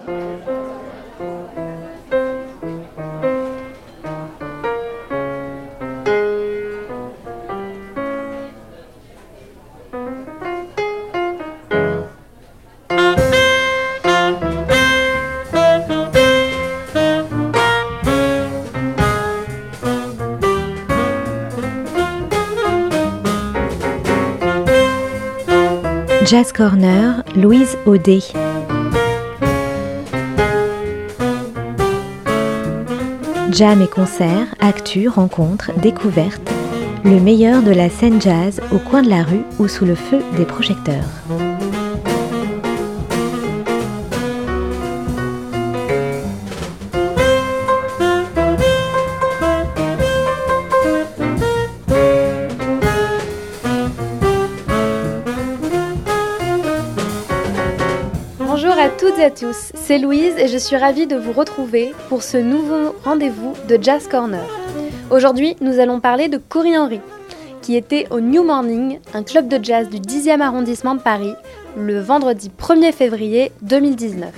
Jazz Corner, Louise Audet. Jam et concerts, actu, rencontres, découvertes, le meilleur de la scène jazz au coin de la rue ou sous le feu des projecteurs. Bonjour à toutes et à tous, c'est Louise et je suis ravie de vous retrouver pour ce nouveau rendez-vous de Jazz Corner. Aujourd'hui, nous allons parler de Cory Henry, qui était au New Morning, un club de jazz du 10e arrondissement de Paris, le vendredi 1er février 2019.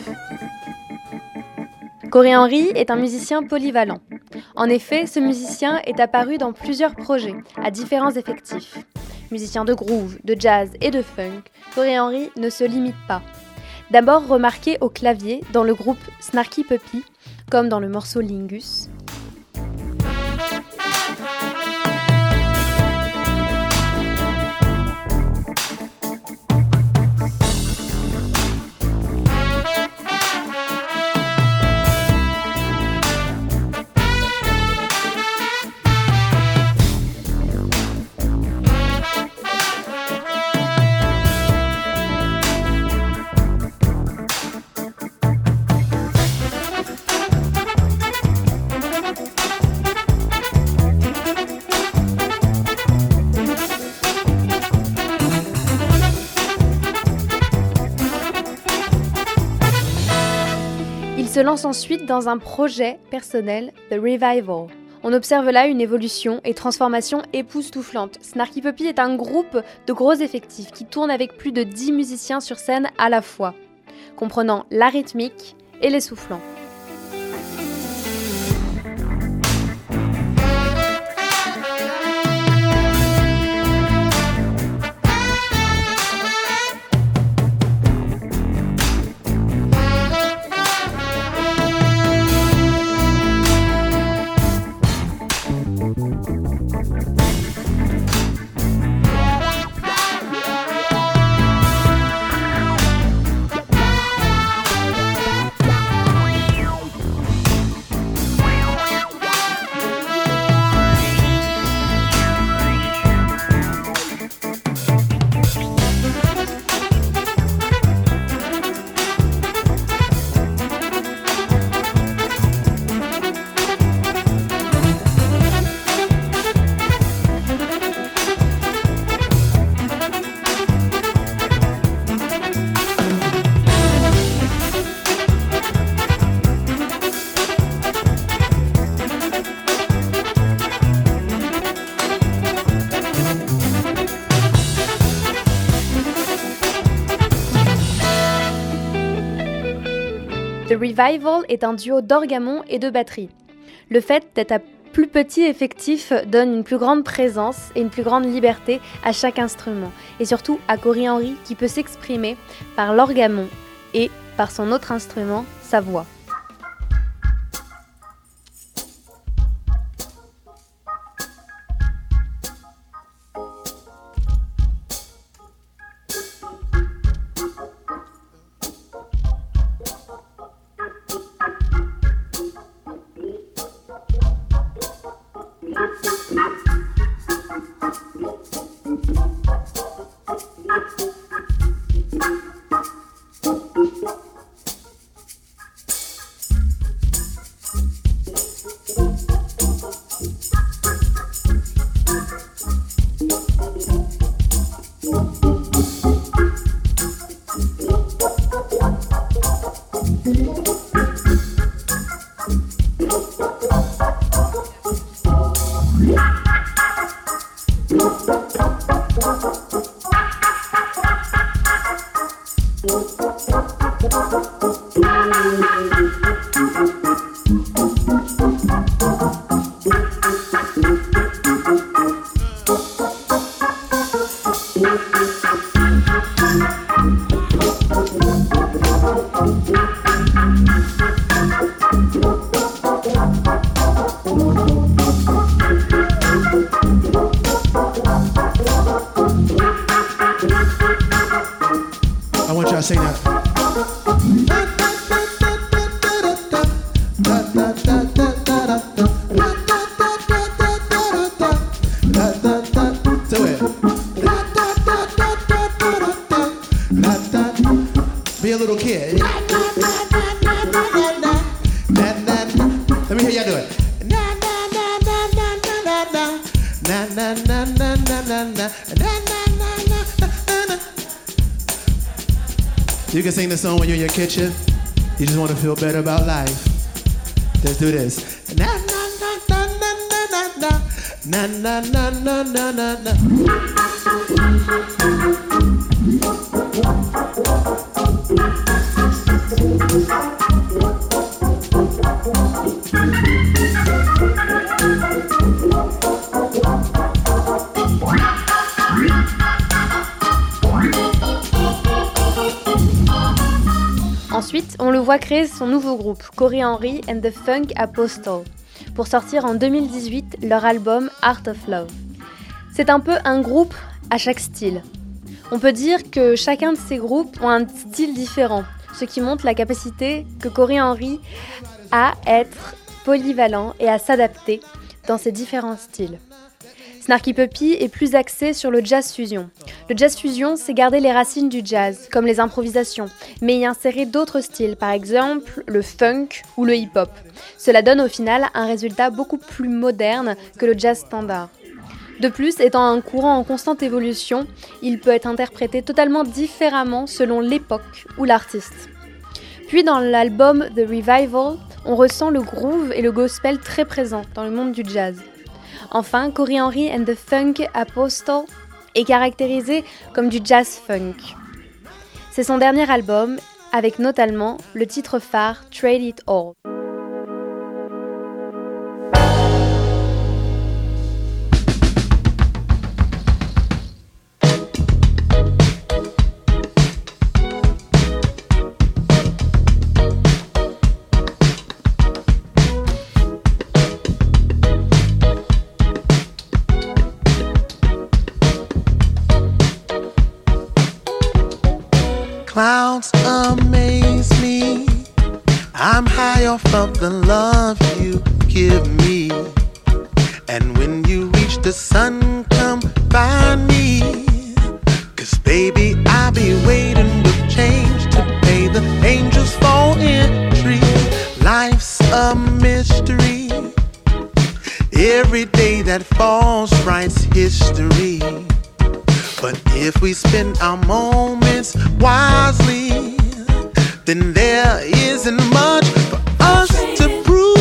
Cory Henry est un musicien polyvalent. En effet, ce musicien est apparu dans plusieurs projets, à différents effectifs. Musicien de groove, de jazz et de funk, Cory Henry ne se limite pas. D'abord remarqué au clavier dans le groupe Snarky Puppy, comme dans le morceau Lingus. Il se lance ensuite dans un projet personnel, The Revival. On observe là une évolution et transformation époustouflante. Snarky Puppy est un groupe de gros effectifs qui tourne avec plus de 10 musiciens sur scène à la fois, comprenant la rythmique et les soufflants. The Revival est un duo d'orgamon et de batterie. Le fait d'être à plus petit effectif donne une plus grande présence et une plus grande liberté à chaque instrument. Et surtout à Cory Henry qui peut s'exprimer par l'orgamon et par son autre instrument, sa voix. I want y'all to sing that. Do it. Be a little kid. Let me hear y'all do it. You can sing this song when you're in your kitchen. You just want to feel better about life. Let's do this. Na na na na na na na na na na. Ensuite, on le voit créer son nouveau groupe, Cory Henry and the Funk Apostle, pour sortir en 2018 leur album Art of Love. C'est un peu un groupe à chaque style. On peut dire que chacun de ces groupes ont un style différent, ce qui montre la capacité que Cory Henry a à être polyvalent et à s'adapter dans ses différents styles. Snarky Puppy est plus axé sur le jazz fusion. Le jazz fusion, c'est garder les racines du jazz, comme les improvisations, mais y insérer d'autres styles, par exemple le funk ou le hip-hop. Cela donne au final un résultat beaucoup plus moderne que le jazz standard. De plus, étant un courant en constante évolution, il peut être interprété totalement différemment selon l'époque ou l'artiste. Puis dans l'album The Revival, on ressent le groove et le gospel très présents dans le monde du jazz. Enfin, Cory Henry and the Funk Apostle est caractérisé comme du jazz funk. C'est son dernier album, avec notamment le titre phare Trade It All. Clouds amaze me. I'm high off of the love you give me. And when you reach the sun, come find me. 'Cause baby, I'll be waiting with change to pay the angels for entry. Life's a mystery. Every day that falls writes history. But if we spend our moments wisely, then there isn't much for us to prove.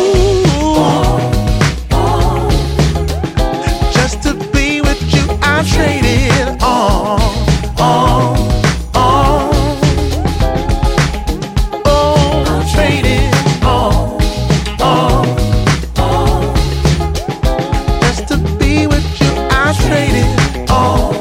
Just to be with you, I trade it all. Oh, trade it all. Just to be with you, I trade it all.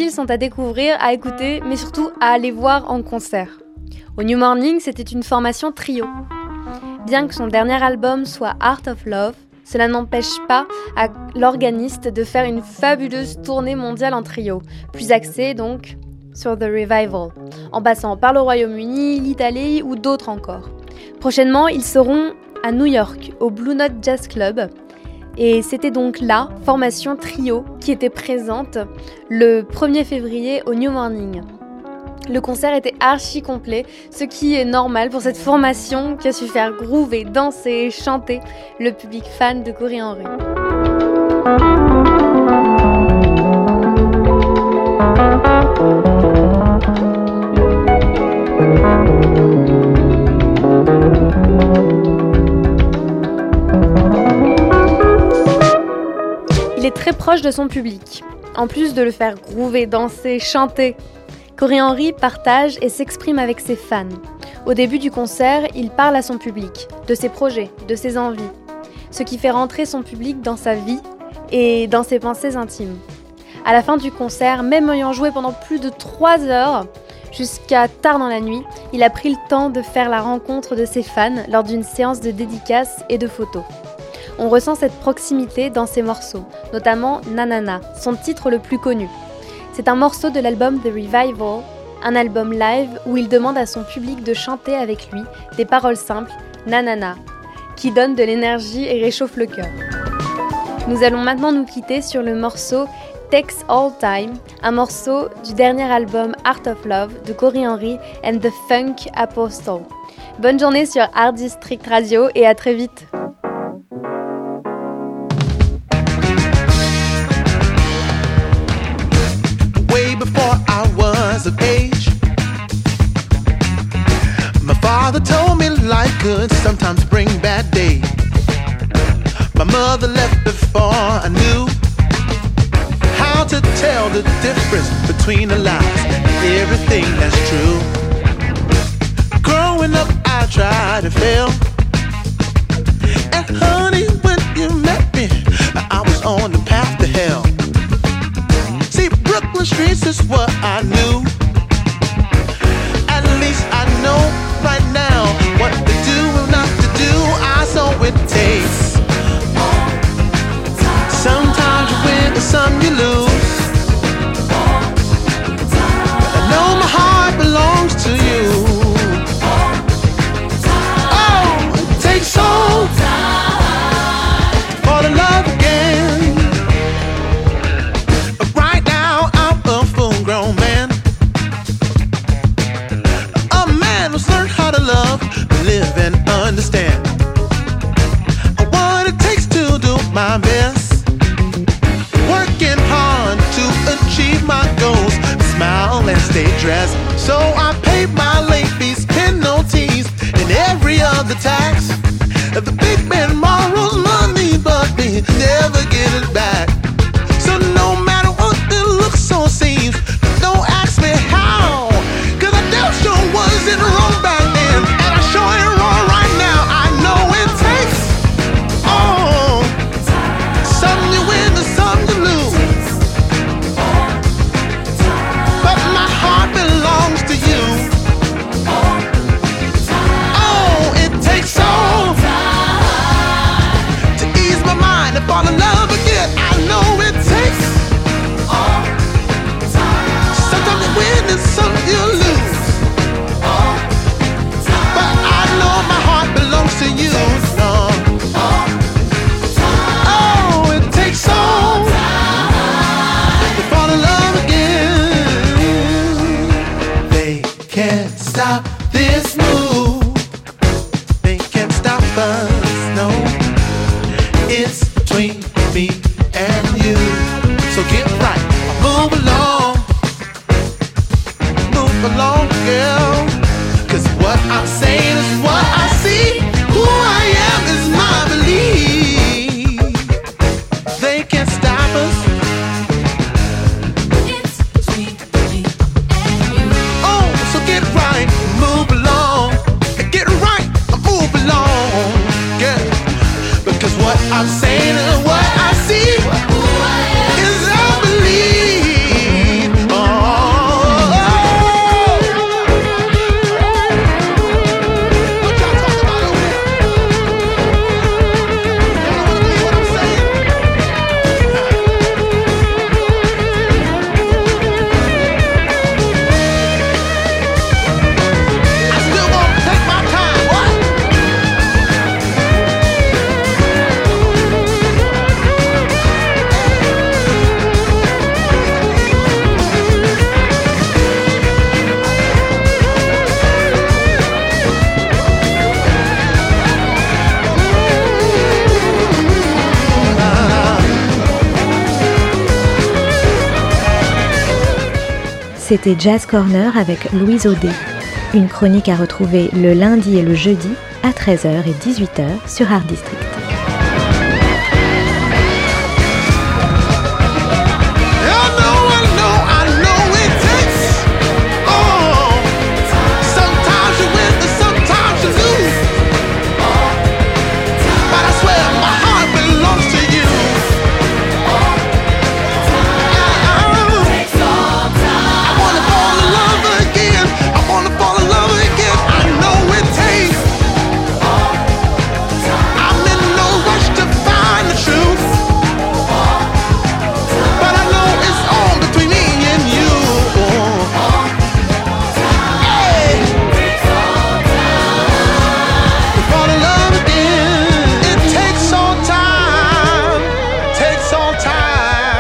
ils sont à découvrir, à écouter, mais surtout à aller voir en concert. Au New Morning, c'était une formation trio. Bien que son dernier album soit Art of Love, cela n'empêche pas à l'organiste de faire une fabuleuse tournée mondiale en trio, plus axée donc sur The Revival, en passant par le Royaume-Uni, l'Italie ou d'autres encore. Prochainement, ils seront à New York, au Blue Note Jazz Club, et c'était donc la formation trio qui était présente le 1er février au New Morning. Le concert était archi complet, ce qui est normal pour cette formation qui a su faire groover, danser et chanter le public fan de Cory Henry. Il est très proche de son public. En plus de le faire groover, danser, chanter, Cory Henry partage et s'exprime avec ses fans. Au début du concert, il parle à son public, de ses projets, de ses envies, ce qui fait rentrer son public dans sa vie et dans ses pensées intimes. À la fin du concert, même ayant joué pendant plus de 3 heures, jusqu'à tard dans la nuit, il a pris le temps de faire la rencontre de ses fans lors d'une séance de dédicaces et de photos. On ressent cette proximité dans ses morceaux, notamment Nanana, son titre le plus connu. C'est un morceau de l'album The Revival, un album live où il demande à son public de chanter avec lui des paroles simples, Nanana, qui donnent de l'énergie et réchauffent le cœur. Nous allons maintenant nous quitter sur le morceau Takes All Time, un morceau du dernier album Art of Love de Cory Henry and the Funk Apostle. Bonne journée sur Art District Radio et à très vite. Before I was of age, my father told me life could sometimes bring bad days. My mother left before I knew how to tell the difference between a lie and everything that's true. Growing up, I tried to fail, and honey, when you met me, I was on the path to hell. Brooklyn streets is what I knew. At least I know right now what to do and not to do. I saw it takes. Sometimes you win and some you lose. I know my heart belongs to you. Oh, it takes so for the love again. Live and understand what it takes to do my best, working hard to achieve my goals, smile and stay dressed. So I paid my late fees, penalties, and every other tax. The big man borrows money, but we never get it back. So no matter what it looks or seems, don't ask me how, 'cause I damn sure wasn't wrong back then, and I sure ain't wrong right now. I know it takes some you win and some you lose, but my heart belongs to you. Oh, it takes all to ease my mind and fall in love again. I know it takes sometimes you win and some you lose, but I know my heart belongs to you. Oh, it takes all to fall in love again. They can't stop this move. They can't stop us, no. It's between me and you. So get right, move along, girl. 'Cause what I'm saying is what I see. Who I am is my belief. They can't stop us. It's between me and you. Oh, so get right, move along. Get right, move along, girl. Because what I'm saying is what I see. Who I am is I believe. Oh. c'était Jazz Corner avec Louise Audet. Une chronique à retrouver le lundi et le jeudi à 13h et 18h sur Art District.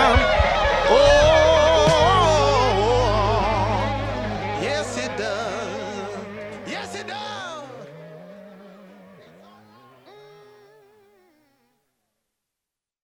Yes, it does.